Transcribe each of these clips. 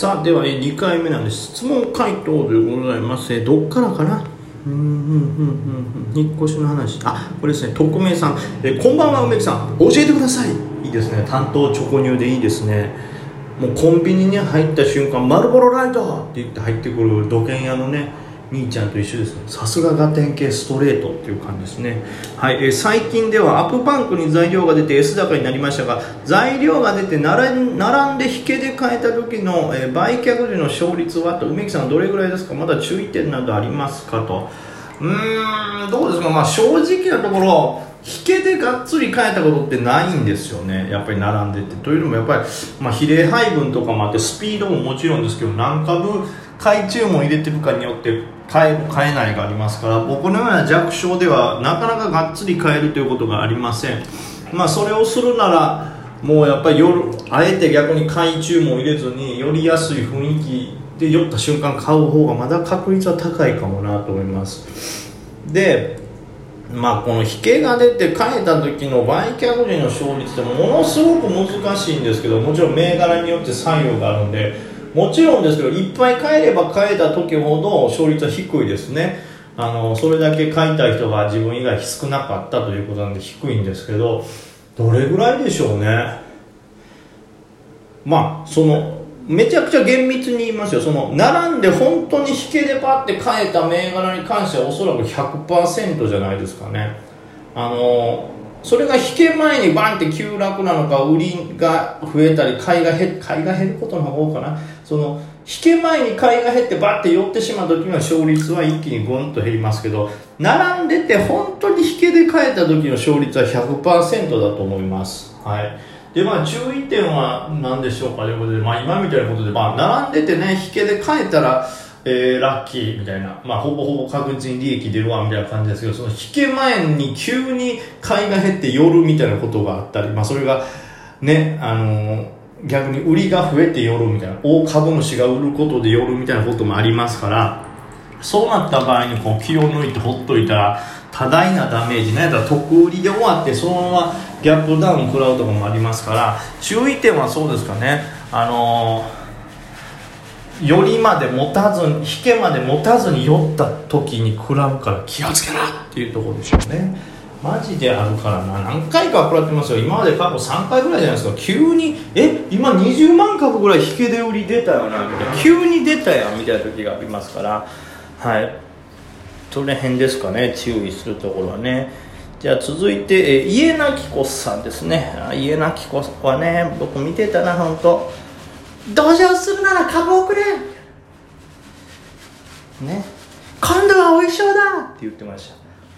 さあでは2回目なんで質問回答でございます。どっからかな。引っ越しの話。これですね。匿名さん、こんばんは梅木さん、教えてください。いいですね。担当直入でいいですね。もうコンビニに入った瞬間、マルボロライトって言って入ってくる土建屋のね兄ちゃんと一緒ですね。さすがガテン系ストレートっていう感じですね。はい、最近ではアップバンクに材料が出て S 高になりましたが、材料が出て並んで引けで買えた時の、売却時の勝率はと、梅木さんどれぐらいですか。まだ注意点などありますかと。どうですか。正直なところ引けでがっつり買えたことってないんですよね。やっぱり並んでて、というのもやっぱり、比例配分とかもあってスピードももちろんですけど、何株買い注文入れてるかによって買える買えないがありますから、僕のような弱小ではなかなかがっつり買えるということがありません。それをするならもうやっぱりあえて逆に買い注文入れずにより安い雰囲気で酔った瞬間買う方がまだ確率は高いかもなと思います。でこの引けが出て買えた時の売却時の勝率ってものすごく難しいんですけど、もちろん銘柄によって左右があるんで、もちろんですけどいっぱい買えれば買えた時ほど勝率は低いですね。それだけ買いたい人が自分以外少なかったということなんで低いんですけど、どれぐらいでしょうね。めちゃくちゃ厳密に言いますよ。並んで本当に引けでパッて買えた銘柄に関してはおそらく 100% じゃないですかね。それが引け前にバンって急落なのか、売りが増えたり買いが減ることの方が多いかな。引け前に買いが減ってバッて寄ってしまう時には勝率は一気にゴンと減りますけど、並んでて本当に引けで買えた時の勝率は 100% だと思います。はい。で注意点は何でしょうかということで、今みたいなことで、並んでてね引けで買えたら、ラッキーみたいな、ほぼほぼ確実に利益出るわみたいな感じですけど、その引け前に急に買いが減って寄るみたいなことがあったり、それがね逆に売りが増えて寄るみたいな、大株主が売ることで寄るみたいなこともありますから、そうなった場合に気を抜いてほっといたら多大なダメージ、なんやったら得売りで終わってそのままギャップダウン食らうとかもありますから、注意点はそうですかね。寄りまで持たずに引けまで持たずに寄った時に食らうから気をつけなっていうところでしょうね。マジであるからな。何回か食らってますよ。今まで過去3回ぐらいじゃないですか。急に今20万株ぐらい引けで売り出たよなみたいな、急に出たやんみたいな時がありますから、はい、それ辺ですかね、注意するところはね。じゃあ続いて、家なき子さんですね。家なき子はね、僕見てたな。本当同情するなら株をくれね、今度はお衣装だって言ってました。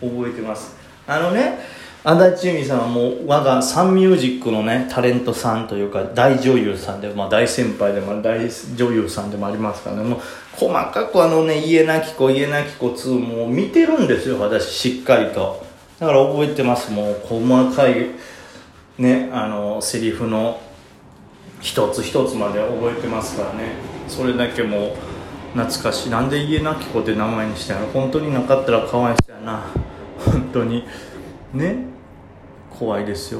覚えてます。足立由美さんはもう我がサンミュージックのねタレントさんというか大女優さんで、大先輩でも大女優さんでもありますからね。もう細かく家なき子2もう見てるんですよ、私しっかりと。だから覚えてます。もう細かいねセリフの一つ一つまで覚えてますからね。それだけもう懐かしい。なんで家なき子って名前にしたの。本当になかったらかわいそうやな。本当にね、怖いですよ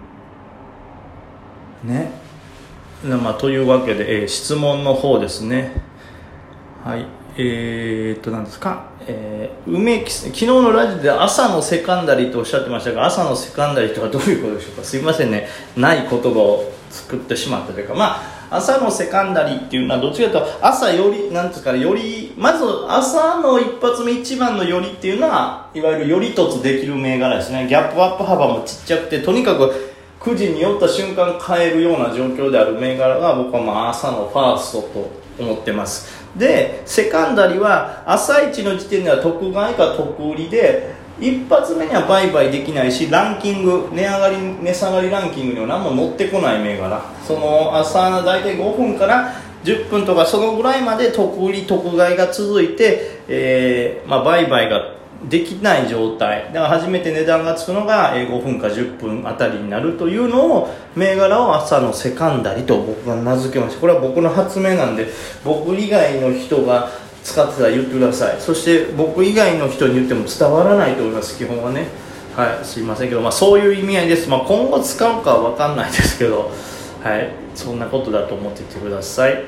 ね。というわけで、質問の方ですね。はい、何ですか。梅木昨日のラジオで朝のセカンダリーとおっしゃってましたが、朝のセカンダリーとはどういうことでしょうか。すいませんね、ない言葉を作ってしまったというか、朝のセカンダリーっていうのはどっちかというと朝よりなんですかね、よりまず朝の一発目一番のよりっていうのはいわゆるより突できる銘柄ですね。ギャップアップ幅もちっちゃくて、とにかく9時に寄った瞬間買えるような状況である銘柄が僕は朝のファーストと思ってます。でセカンダリは朝一の時点では得買いか得売りで、一発目には売買できないし、ランキング値上がり値下がりランキングには何も乗ってこない銘柄、その朝の大体5分から10分とかそのぐらいまで得売り得買いが続いて、売買ができない状態だから初めて値段がつくのが5分か10分あたりになるというのを、銘柄を朝のセカンダリと僕が名付けました。これは僕の発明なんで、僕以外の人が使ってたら言ってください。そして僕以外の人に言っても伝わらないと思います、基本はね。はい、すいませんけど、そういう意味合いです。今後使うかは分かんないですけど、はい、そんなことだと思っていてください。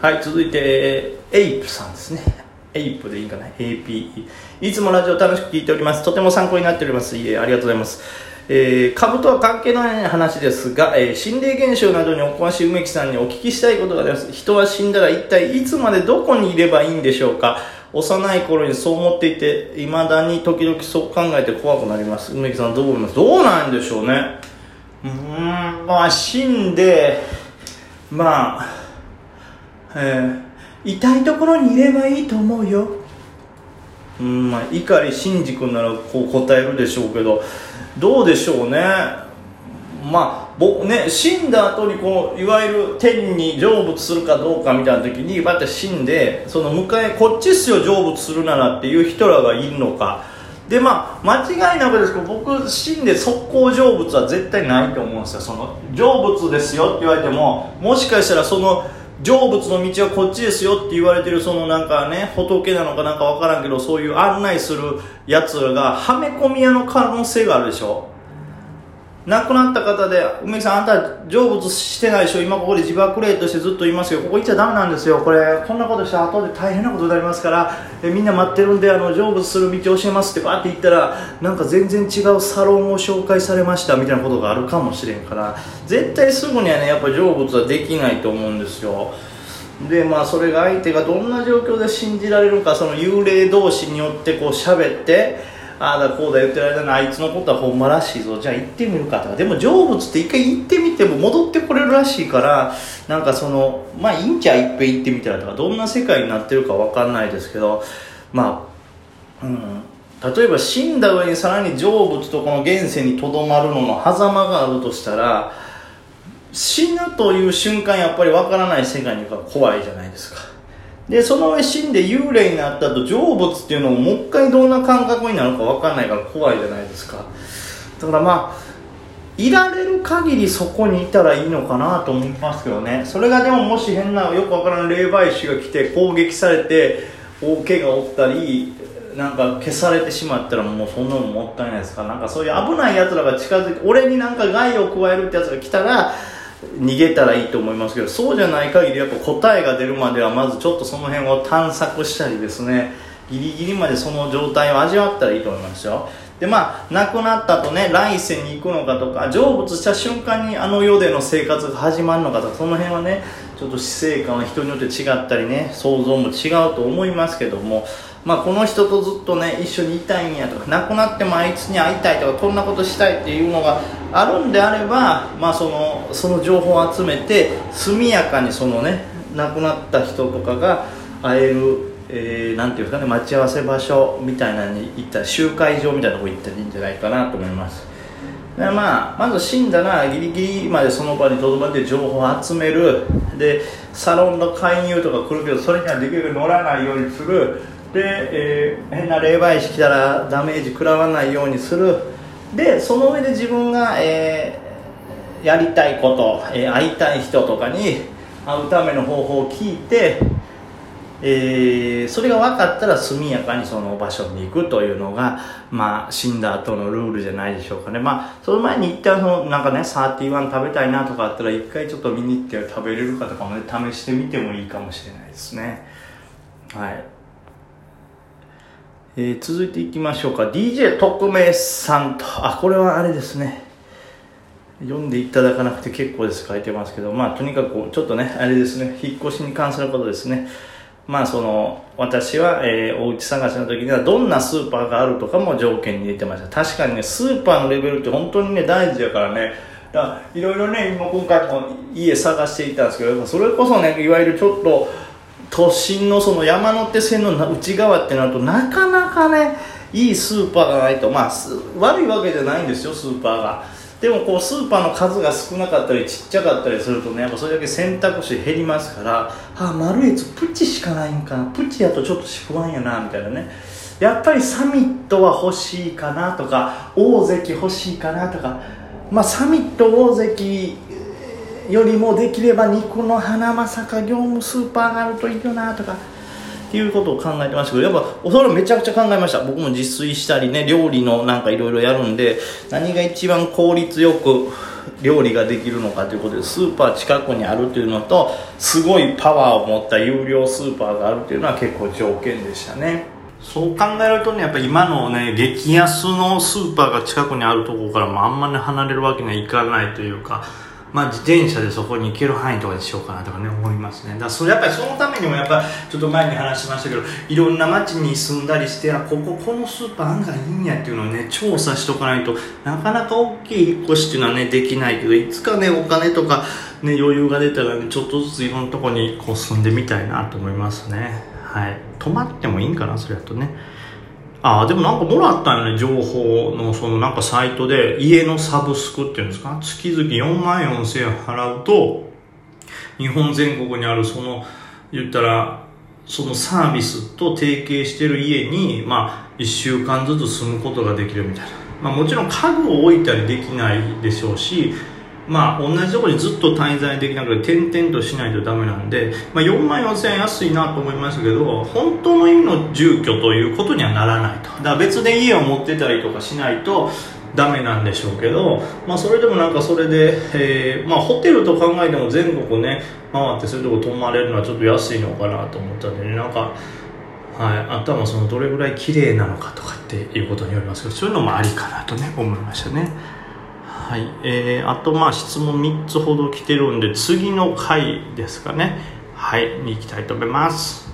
はい、続いてエイプさんですね。エイプでいいかな、 AP。 いつもラジオ楽しく聞いております。とても参考になっております。いえ、ありがとうございます。株とは関係ない話ですが、心霊現象などにお詳しい梅木さんにお聞きしたいことがあります。人は死んだら一体いつまでどこにいればいいんでしょうか。幼い頃にそう思っていて、未だに時々そう考えて怖くなります。梅木さんどう思います？どうなんでしょうね。まあ死んで、まあ、痛いところにいればいいと思うよ。まあ碇シンジ君ならこう答えるでしょうけど、どうでしょうね。まあね、死んだ後にこういわゆる天に成仏するかどうかみたいな時にバッて死んで、そのこっちっすよ成仏するならっていう人らがいるのかで、まあ間違いなくですけど、僕死んで速攻成仏は絶対ないと思うんですよ。その成仏ですよって言われても、もしかしたらその成仏の道はこっちですよって言われてるそのなんかね、仏なのかなんかわからんけど、そういう案内するやつらがはめ込み屋の可能性があるでしょ。亡くなった方で、梅木さんあんた成仏してないでしょ、今ここで自爆霊としてずっと言いますよ、ここ行っちゃダメなんですよ、これこんなことしたら後で大変なことになりますから、みんな待ってるんで成仏する道を教えますってバーって言ったら、なんか全然違うサロンを紹介されましたみたいなことがあるかもしれんから、絶対すぐにはねやっぱ成仏はできないと思うんですよ。でまあそれが相手がどんな状況で信じられるか、その幽霊同士によってこう喋って、ああだこうだ言ってる間にあいつのことはほんまらしいぞ、じゃあ行ってみるかとか。でも成仏って一回行ってみても戻ってこれるらしいから、なんかそのまあいいんちゃう、いっぺん行ってみたらとか、どんな世界になってるか分かんないですけど、まあ例えば死んだ上にさらに成仏とこの現世にとどまるのの狭間があるとしたら、死ぬという瞬間やっぱり分からない世界に行くから怖いじゃないですか。でその上死んで幽霊になった後成仏っていうのももう一回どんな感覚になるか分かんないから怖いじゃないですか。だからまあいられる限りそこにいたらいいのかなと思いますけどね。それがでももし変なよく分からん霊媒師が来て攻撃されて大怪我を負ったりなんか消されてしまったら、もうそんなのもったいないですから、なんかそういう危ないやつらが近づいて俺になんか害を加えるってやつが来たら逃げたらいいと思いますけど、そうじゃない限りやっぱ答えが出るまではまずちょっとその辺を探索したりですね、ギリギリまでその状態を味わったらいいと思いますよ。でまあ亡くなったとね、来世に行くのかとか、成仏した瞬間にあの世での生活が始まるのかとか、その辺はねちょっと死生観は人によって違ったりね、想像も違うと思いますけども、まあこの人とずっとね一緒にいたいんやとか、亡くなってもあいつに会いたいとか、こんなことしたいっていうのがあるんであれば、まあその情報を集めて速やかにそのね亡くなった人とかが会えるなんていうんですかね、待ち合わせ場所みたいなのに行ったら、集会場みたいなとこ行ったらいいんじゃないかなと思います。でまず死んだらギリギリまでその場にとどまって情報を集める。でサロンの勧誘とか来るけど、それにはできるだけ乗らないようにする。で、変な霊媒師来たらダメージ食らわないようにする。でその上で自分が、やりたいこと、会いたい人とかに会うための方法を聞いて、それが分かったら速やかにその場所に行くというのが、まあ死んだ後のルールじゃないでしょうかね。まあその前に一旦なんかね31食べたいなとかあったら一回ちょっと見に行って食べれるかとかもね試してみてもいいかもしれないですね。はい、続いていきましょうか。 DJ 特命さんと、これはあれですね、読んでいただかなくて結構です書いてますけど、まあとにかくちょっとねあれですね、引っ越しに関することですね。まあ私は、お家探しの時にはどんなスーパーがあるとかも条件に入れてました。確かにねスーパーのレベルって本当にね大事だからね。いろいろね今回も家探していたんですけど、それこそねいわゆるちょっと都心のその山手線の内側ってなるとなかなかねいいスーパーがないと、まあ悪いわけじゃないんですよスーパーが。でもこうスーパーの数が少なかったりちっちゃかったりするとね、やっぱそれだけ選択肢減りますから、マルエツプチしかないんかな、プチやとちょっと不安やなみたいなね。やっぱりサミットは欲しいかなとか、大関欲しいかなとか、まあサミット大関よりもできれば肉のハナマサか業務スーパーがあるといいよなとかっていうことを考えてましたけど、やっぱそれめちゃくちゃ考えました。僕も自炊したりね料理のなんかいろいろやるんで、何が一番効率よく料理ができるのかということで、スーパー近くにあるというのと、すごいパワーを持った有料スーパーがあるというのは結構条件でしたね。そう考えるとね、やっぱり今のね、激安のスーパーが近くにあるところからもあんまり離れるわけにはいかないというか、自転車でそこに行ける範囲とかにしようかなとかね、思いますね。だからやっぱりそのためにも、やっぱちょっと前に話しましたけど、いろんな街に住んだりして、このスーパー案外いいんやっていうのをね、調査しとかないとなかなか大きい引っ越しっていうのはね、できないけど、いつかね、お金とかね、余裕が出たらね、ちょっとずついろんなとこにこう住んでみたいなと思いますね。はい。泊まってもいいんかな、それだとね。でもなんかもらったよね、情報のそのなんかサイトで、家のサブスクっていうんですか、月々44,000円払うと、日本全国にある言ったら、そのサービスと提携してる家に、1週間ずつ住むことができるみたいな。もちろん家具を置いたりできないでしょうし、同じところにずっと滞在できなくて転々としないとダメなんで、44,000円安いなと思いますけど、本当の意味の住居ということにはならないと。だから別で家を持ってたりとかしないとダメなんでしょうけど、それでもなんかそれで、ホテルと考えても全国ね回ってそういうとこ泊まれるのはちょっと安いのかなと思ったんでね、なんかあとはどれぐらい綺麗なのかとかっていうことによりますけど、そういうのもありかなとね思いましたね。はい、あと質問3つほど来てるんで、次の回ですかね、はいに行きたいと思います。